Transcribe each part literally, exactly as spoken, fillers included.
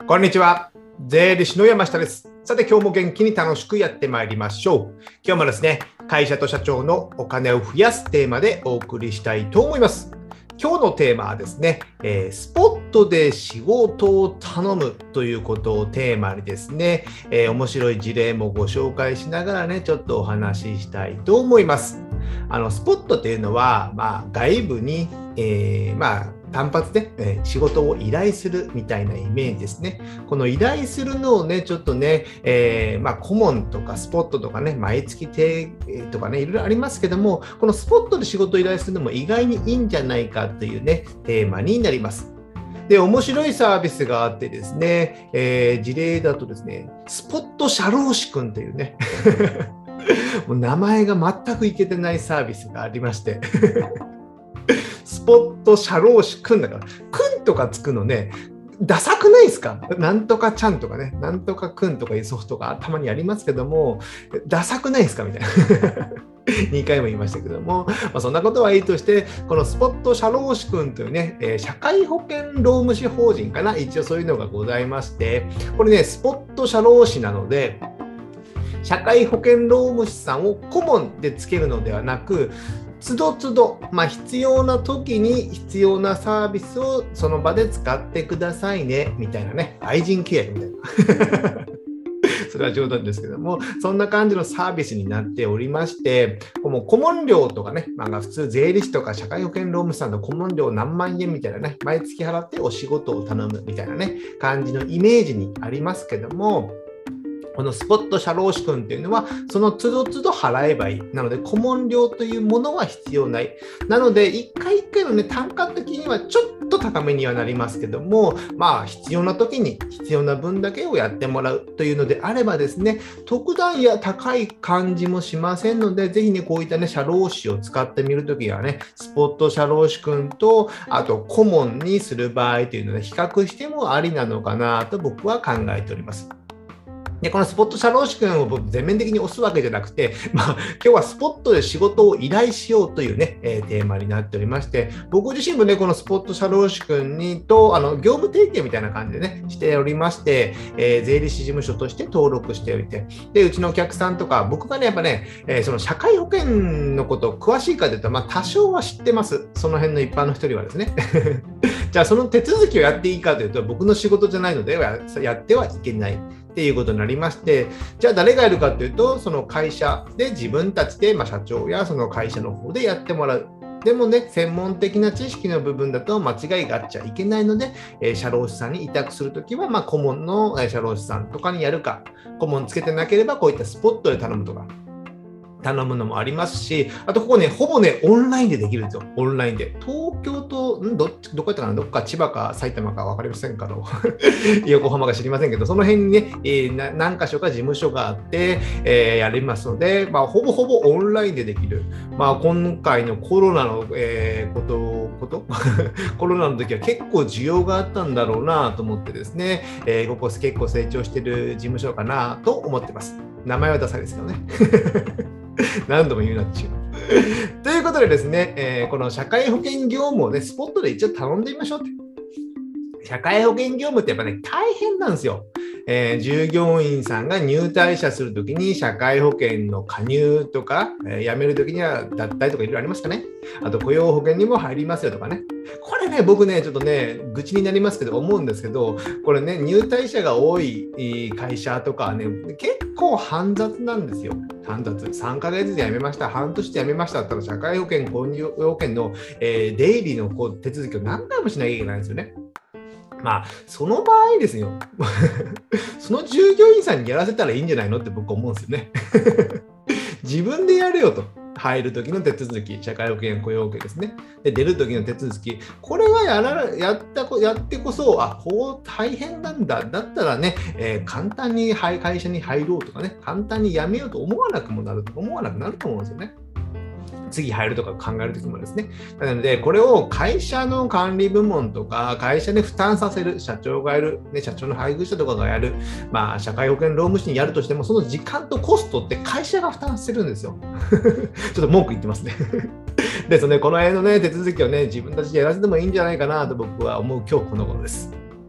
こんにちは。税理士の山下です。さて、今日も元気に楽しくやってまいりましょう。今日もですね、会社と社長のお金を増やすテーマでお送りしたいと思います。今日のテーマはですね、えー、スポットで仕事を頼むということをテーマにですね、えー、面白い事例もご紹介しながらね、ちょっとお話ししたいと思います。あのスポットっていうのは、まあ、外部に、えー、まあ単発で、えー、仕事を依頼するみたいなイメージですね。この依頼するのをね、ちょっとね、えー、まあ顧問とかスポットとかね、毎月定とかね、いろいろありますけども、このスポットで仕事を依頼するのも意外にいいんじゃないかというね、テーマになります。で、面白いサービスがあってですね、えー、事例だとですね、スポット社労士くんというね、もう名前が全くいけてないサービスがありましてスポット社労士くんだから、くんとかつくのね、ダサくないですか？なんとかちゃんとかね、なんとかくんとかいうソフトがたまにありますけども、ダサくないですかみたいな。にかいも言いましたけども、まあ、そんなことはいいとして、このスポット社労士くんというね、えー、社会保険労務士法人かな、一応そういうのがございまして、これね、スポット社労士なので、社会保険労務士さんを顧問でつけるのではなく、つどつど、まあ、必要な時に必要なサービスをその場で使ってくださいねみたいなね、愛人契約みたいなそれは冗談ですけども、そんな感じのサービスになっておりまして、この顧問料とかね、まあ、普通税理士とか社会保険労務士さんの顧問料何万円みたいなね、毎月払ってお仕事を頼むみたいなね、感じのイメージにありますけども、このスポット社労士くんっていうのは、その都度都度払えばいい。なので、顧問料というものは必要ない。なので、一回一回のね、単価的にはちょっと高めにはなりますけども、まあ、必要な時に必要な分だけをやってもらうというのであればですね、特段や高い感じもしませんので、ぜひね、こういったね、社労士を使ってみるときはね、スポット社労士くんと、あと顧問にする場合というので、比較してもありなのかなと僕は考えております。で、このスポット社労士くんを僕全面的に押すわけじゃなくて、まあ、今日はスポットで仕事を依頼しようというね、えー、テーマになっておりまして、僕自身もね、このスポット社労士くんにと、あの、業務提携みたいな感じでね、しておりまして、えー、税理士事務所として登録しておいて、で、うちのお客さんとか、僕がね、やっぱね、えー、その社会保険のこと詳しいかというと、まあ、多少は知ってます。その辺の一般の人にはですね。じゃあ、その手続きをやっていいかというと、僕の仕事じゃないので、やってはいけない。っていうことになりまして、じゃあ誰がやるかというと、その会社で自分たちで、まあ、社長やその会社の方でやってもらう。でもね、専門的な知識の部分だと間違いがあっちゃいけないので、えー、社労士さんに委託するときは、まあ、顧問の社労士さんとかにやるか、顧問つけてなければこういったスポットで頼むとか。頼むのもありますし、あとここね、ほぼね、オンラインでできるんですよ。オンラインで。東京と、んどっち、どこやったかな、どっか千葉か埼玉か分かりませんかど、横浜か知りませんけど、その辺にね、えー、何箇所か事務所があって、えー、やりますので、まあ、ほぼほぼオンラインでできる。まあ、今回のコロナの、えー、こと、ことコロナの時は結構需要があったんだろうなと思ってですね、えー、ここ結構成長してる事務所かなと思ってます。名前はダサいですけどね。何度も言うなっちゅう。ということでですね、えー、この社会保険業務をね、スポットで一応頼んでみましょうって。社会保険業務ってやっぱね、大変なんですよ。えー、従業員さんが入退社するときに社会保険の加入とか、えー、辞めるときには脱退とかいろいろありますかね。あと雇用保険にも入りますよとかね。これね、僕ね、ちょっとね、愚痴になりますけど、思うんですけど、これね、入退者が多い会社とかはね、結構煩雑なんですよ。煩雑。さんかげつで辞めました、半年で辞めましただったら、社会保険、雇用保険の、えー、出入りのこう手続きを何回もしなきゃいけないんですよね。まあ、その場合ですよ。その従業員さんにやらせたらいいんじゃないのって僕思うんですよね。自分でやるよと。入るときの手続き、社会保険や雇用保険ですね。で、出るときの手続き、これはやらやったこやってこそ、あ、こう大変なんだ。だったらね、えー、簡単に会社に入ろうとかね、簡単に辞めようと思わなくもなると思わなくなると思うんですよね。次入るとか考えるときもですね。なので、これを会社の管理部門とか、会社で負担させる、社長がやる、ね、社長の配偶者とかがやる、まあ、社会保険労務士にやるとしても、その時間とコストって会社が負担してるんですよ。ちょっと文句言ってますね。ですね、この辺のね、手続きをね、自分たちでやらせてもいいんじゃないかなと僕は思う今日この頃です。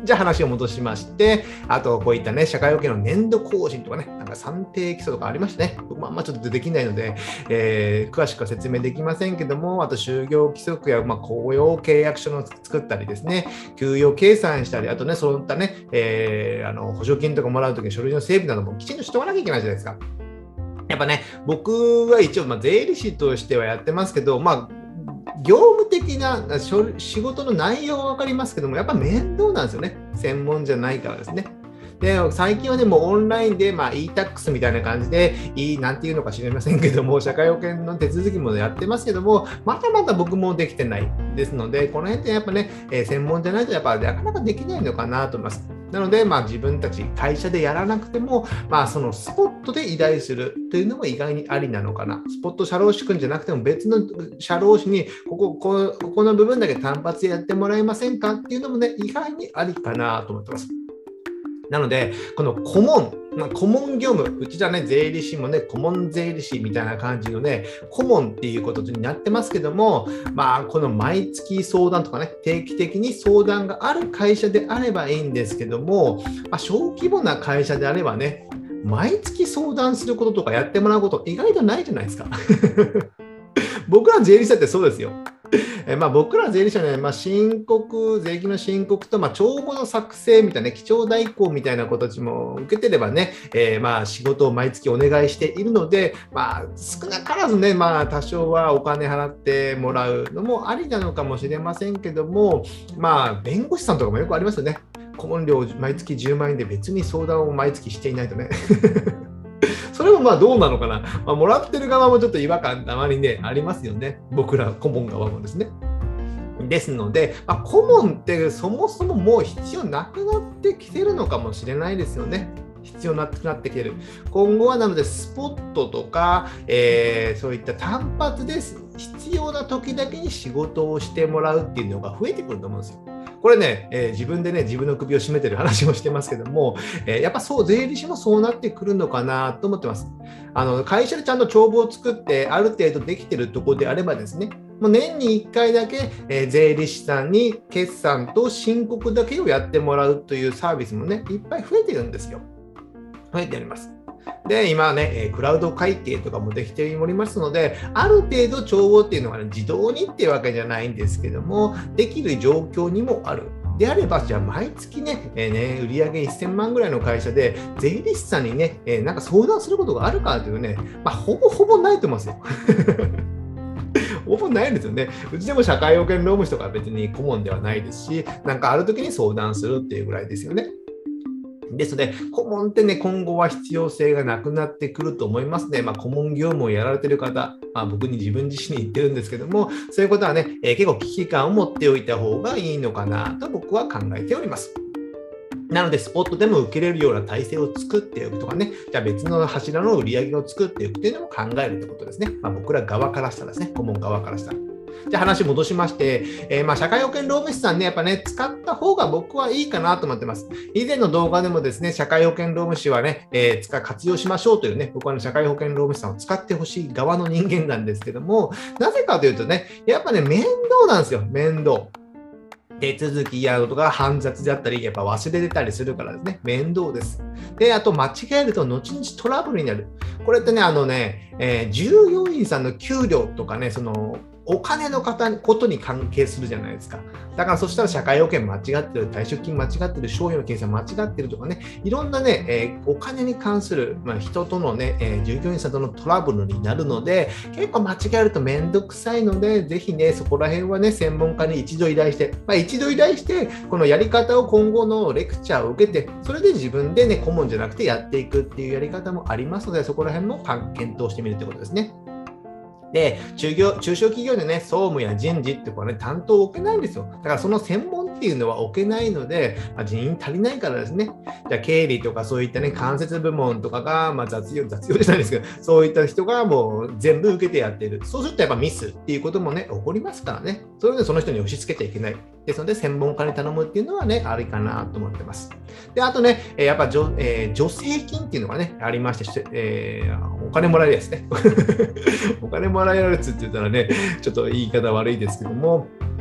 じゃあ話を戻しまして、あとこういったね、社会保険の年度更新とかね、なんか算定基礎とかありましてね、僕もあんまちょっとできないので、えー、詳しくは説明できませんけども、あと就業規則や、まあ、雇用契約書の作ったりですね、給与計算したり、あとね、そういったね、えー、あの補助金とかもらうときに書類の整備などもきちんとしておかなきゃいけないじゃないですか。やっぱね、僕は一応、まあ、税理士としてはやってますけど、まあ、業務的な仕事の内容は分かりますけども、やっぱ面倒なんですよね。専門じゃないからですね。で、最近はね、もうオンラインで、まあ、イータックス みたいな感じで、いい、なんていうのか知りませんけども、社会保険の手続きもやってますけども、まだまだ僕もできてないですので、この辺ってやっぱね、えー、専門じゃないとやっぱなかなかできないのかなと思います。なので、まあ、自分たち会社でやらなくても、まあ、そのスポットで依頼するというのも意外にありなのかな。スポット社労士くんじゃなくても別の社労士にここ、ここ、ここの部分だけ単発でやってもらえませんかっていうのもね、意外にありかなと思ってます。なので、この顧問、まあ、顧問業務、うちじゃね、税理士もね、顧問税理士みたいな感じのね、顧問っていうことになってますけども、まあ、この毎月相談とかね、定期的に相談がある会社であればいいんですけども、まあ、小規模な会社であればね、毎月相談することとかやってもらうこと意外とないじゃないですか。僕ら税理士だってそうですよ。えまあ、僕ら税理士はね、まあ、申告、税金の申告と、まあ、帳簿の作成みたいな、記帳代行みたいな形も受けてればね、えー、まあ仕事を毎月お願いしているので、まあ、少なからずね、まあ、多少はお金払ってもらうのもありなのかもしれませんけども、まあ、弁護士さんとかもよくありますよね。顧問料毎月じゅうまんえんで別に相談を毎月していないとね。それもまあどうなのかな、まあ、もらってる側もちょっと違和感たまにねありますよね。僕ら顧問側もですね。ですので、まあ、顧問ってそもそももう必要なくなってきてるのかもしれないですよね。必要なくなってきてる。今後はなのでスポットとか、えー、そういった単発で必要な時だけに仕事をしてもらうっていうのが増えてくると思うんですよ。これね、えー、自分でね、自分の首を絞めてる話もしてますけども、えー、やっぱそう、税理士もそうなってくるのかなと思ってます。あの、会社でちゃんと帳簿を作って、ある程度できてるところであればですね、もう年にいっかいだけ、えー、税理士さんに決算と申告だけをやってもらうというサービスもね、いっぱい増えてるんですよ。増えてあります。で、今はね、クラウド会計とかもできておりますので、ある程度帳簿っていうのが、ね、自動にっていうわけじゃないんですけども、できる状況にもある。であれば、じゃあ毎月ね、えー、ね売上せんまんぐらいの会社で、税理士さんにね、えー、なんか相談することがあるかというね、まあ、ほぼほぼないと思いますよ。ほぼないんですよね。うちでも社会保険労務士とか別に顧問ではないですし、なんかあるときに相談するっていうぐらいですよね。ですので、顧問ってね、今後は必要性がなくなってくると思いますね。まあ、顧問業務をやられている方、まあ、僕に自分自身に言ってるんですけども、そういうことはね、えー、結構危機感を持っておいた方がいいのかなと僕は考えております。なので、スポットでも受けれるような体制を作っておくとかね、じゃあ別の柱の売り上げを作っておくというのも考えるってことですね。まあ、僕ら側からしたらですね、顧問側からしたら。じゃあ話戻しまして、えー、まあ社会保険労務士さんね、やっぱね、使った方が僕はいいかなと思ってます。以前の動画でもですね、社会保険労務士はね、えー、使活用しましょうというね、僕は、ね、社会保険労務士さんを使ってほしい側の人間なんですけども、なぜかというとね、やっぱね、面倒なんですよ、面倒。手続きやとか煩雑であったり、やっぱ忘れてたりするからですね、面倒です。で、あと間違えると後々トラブルになる。これってね、あのね、えー、従業員さんの給料とかね、その、お金のことに関係するじゃないですか。だからそしたら社会保険間違ってる、退職金間違ってる、賞与の計算間違ってるとかね、いろんなね、えー、お金に関する、まあ、人とのね、えー、従業員さんとのトラブルになるので、結構間違えるとめんどくさいので、ぜひね、そこら辺はね、専門家に一度依頼して、まあ、一度依頼して、このやり方を今後のレクチャーを受けて、それで自分でね、顧問じゃなくてやっていくっていうやり方もありますので、そこら辺も検討してみるってことですね。で、中業、中小企業でね、総務や人事ってこれね、担当を置けないんですよ。だからその専門っていうのは置けないので、まあ、人員足りないからですね。じゃあ経理とかそういったね、間接部門とかが、まあ、雑用、雑用じゃないですけど、そういった人がもう全部受けてやっている。そうするとやっぱミスっていうこともね、起こりますからね。それでその人に押し付けちゃいけない。ですので、専門家に頼むっていうのはね、ありかなと思ってます。で、あとね、やっぱ助、えー、助成金っていうのがね、ありまして、えー、お金もらえるやつね。お金もらえるやつって言ったらね、ちょっと言い方悪いですけども、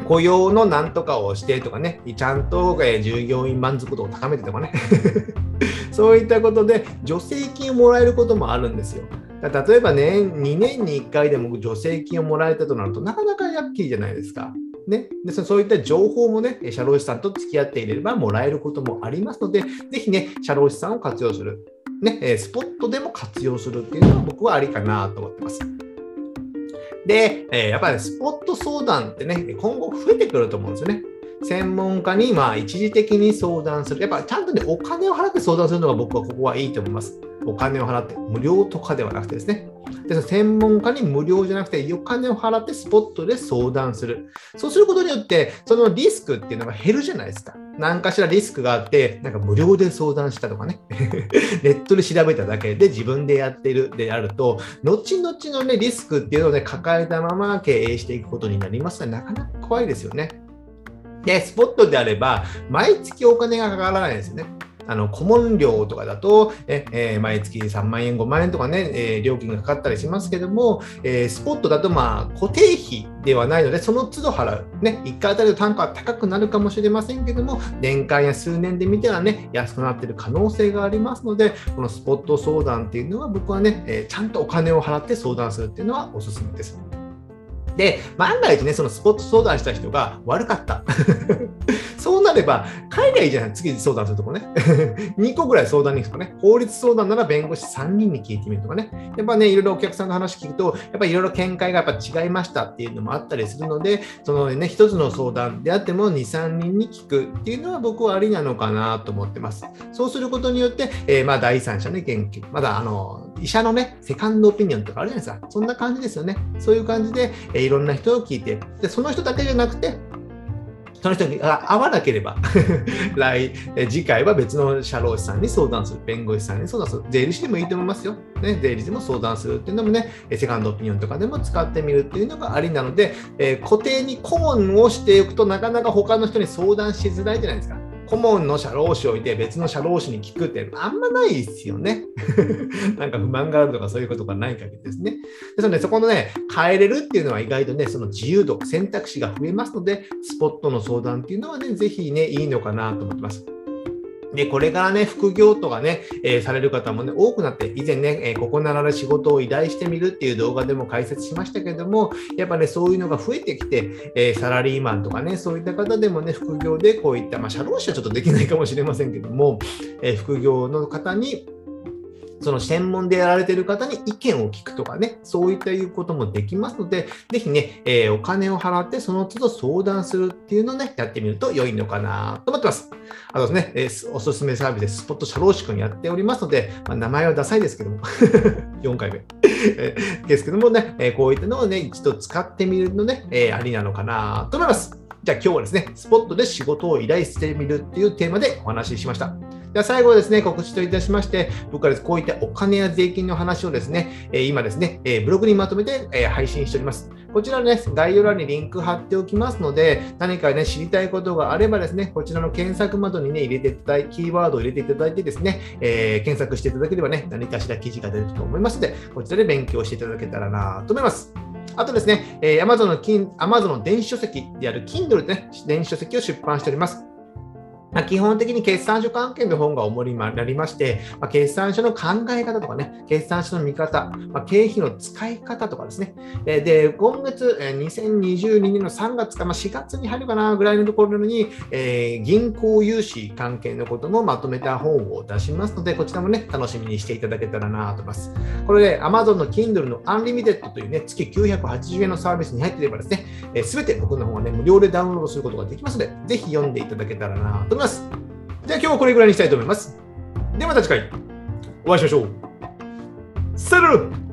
雇用のなんとかをしてとかね、ちゃんと従業員満足度を高めてとかね、そういったことで助成金をもらえることもあるんですよ。例えばね、にねんにいっかいでも助成金をもらえたとなると、なかなかラッキーじゃないですか。ね、でそういった情報もね、社労士さんと付き合っていればもらえることもありますので、ぜひね、社労士さんを活用する。ね、スポットでも活用するっていうのは僕はありかなと思ってます。で、やっぱりスポット相談ってね、今後増えてくると思うんですよね。専門家にまあ一時的に相談する。やっぱちゃんとね、お金を払って相談するのが僕はここはいいと思います。お金を払って、無料とかではなくてですね。でその専門家に無料じゃなくて、お金を払ってスポットで相談する。そうすることによって、そのリスクっていうのが減るじゃないですか。何かしらリスクがあって、なんか無料で相談したとかね、ネットで調べただけで自分でやっているであると、後々の、ね、リスクっていうのを、ね、抱えたまま経営していくことになりますので、なかなか怖いですよね。で、スポットであれば、毎月お金がかからないですよね。あの顧問料とかだと、ええー、毎月さんまんえん、ごまんえんとかね、えー、料金がかかったりしますけども、えー、スポットだとまあ固定費ではないので、その都度払う。ね、いっかいあたりの単価は高くなるかもしれませんけども、年間や数年で見てはね、安くなっている可能性がありますので、このスポット相談っていうのは僕はね、えー、ちゃんとお金を払って相談するっていうのはおすすめです。で、万が一ね、そのスポット相談した人が悪かった。そうなれば、海外じゃない、次相談するとこね。にこぐらい相談に行くとかね。法律相談なら弁護士さんにんに聞いてみるとかね。やっぱね、いろいろお客さんの話聞くと、やっぱりいろいろ見解がやっぱ違いましたっていうのもあったりするので、そのね、一つの相談であってもに、さんにんに聞くっていうのは僕はありなのかなと思ってます。そうすることによって、えー、まあ第三者の意見、まだあの、医者のね、セカンドオピニオンとかあるじゃないですか。そんな感じですよね。そういう感じで、えー、いろんな人を聞いて、で、その人だけじゃなくて、その人が合わなければ来、次回は別の社労士さんに相談する、弁護士さんに相談する、税理士でもいいと思いますよ。ね、税理士でも相談するっていうのもね、セカンドオピニオンとかでも使ってみるっていうのがありなので、えー、固定に顧問をしておくとなかなか他の人に相談しづらいじゃないですか。顧問の社労士を置いて別の社労士に聞くってあんまないですよね。なんか不満があるとかそういうことがない限りですね。ですのでそこのね、変えれるっていうのは意外とね、その自由度、選択肢が増えますので、スポットの相談っていうのはね、ぜひね、いいのかなと思ってます。で、これからね、副業とかね、えー、される方もね、多くなって、以前ね、えー、ここならで仕事を依頼してみるっていう動画でも解説しましたけども、やっぱね、そういうのが増えてきて、えー、サラリーマンとかね、そういった方でもね、副業でこういった、まあ、社労士はちょっとできないかもしれませんけども、えー、副業の方に、その専門でやられている方に意見を聞くとかね、そういったいうこともできますので、ぜひね、えー、お金を払ってその都度相談するっていうのをね、やってみると良いのかなと思ってます。あとですね、えー、おすすめサービスでスポット社労士くんやっておりますので、まあ、名前はダサいですけども、よんかいめですけどもね、えー、こういったのをね、一度使ってみるのね、えー、ありなのかなと思います。じゃあ今日はですね、スポットで仕事を依頼してみるっていうテーマでお話ししました。では最後はですね、告知といたしまして、僕はこういったお金や税金の話をですね、今ですね、ブログにまとめて配信しております。こちらのね、概要欄にリンク貼っておきますので、何かね、知りたいことがあればですね、こちらの検索窓にね、入れていただいて、キーワードを入れていただいてですね、えー、検索していただければね、何かしら記事が出ると思いますので、こちらで勉強していただけたらなと思います。あとですね、えー、Amazon の、Amazon の電子書籍である Kindle でね、電子書籍を出版しております。まあ、基本的に決算書関係の本が主になりまして、まあ、決算書の考え方とかね、決算書の見方、まあ、経費の使い方とかですね。で、今月、にせんにじゅうにねんのさんがつか、まあ、しがつに入るかなぐらいのところに、えー、銀行融資関係のこともまとめた本を出しますので、こちらもね、楽しみにしていただけたらなと思います。これで Amazon の Kindle の Unlimited というね、月きゅうひゃくはちじゅうえんのサービスに入っていればですね、すべて僕の方はね、無料でダウンロードすることができますので、ぜひ読んでいただけたらなと思います。じゃあ今日はこれぐらいにしたいと思います。ではまた次回お会いしましょう。さよなら。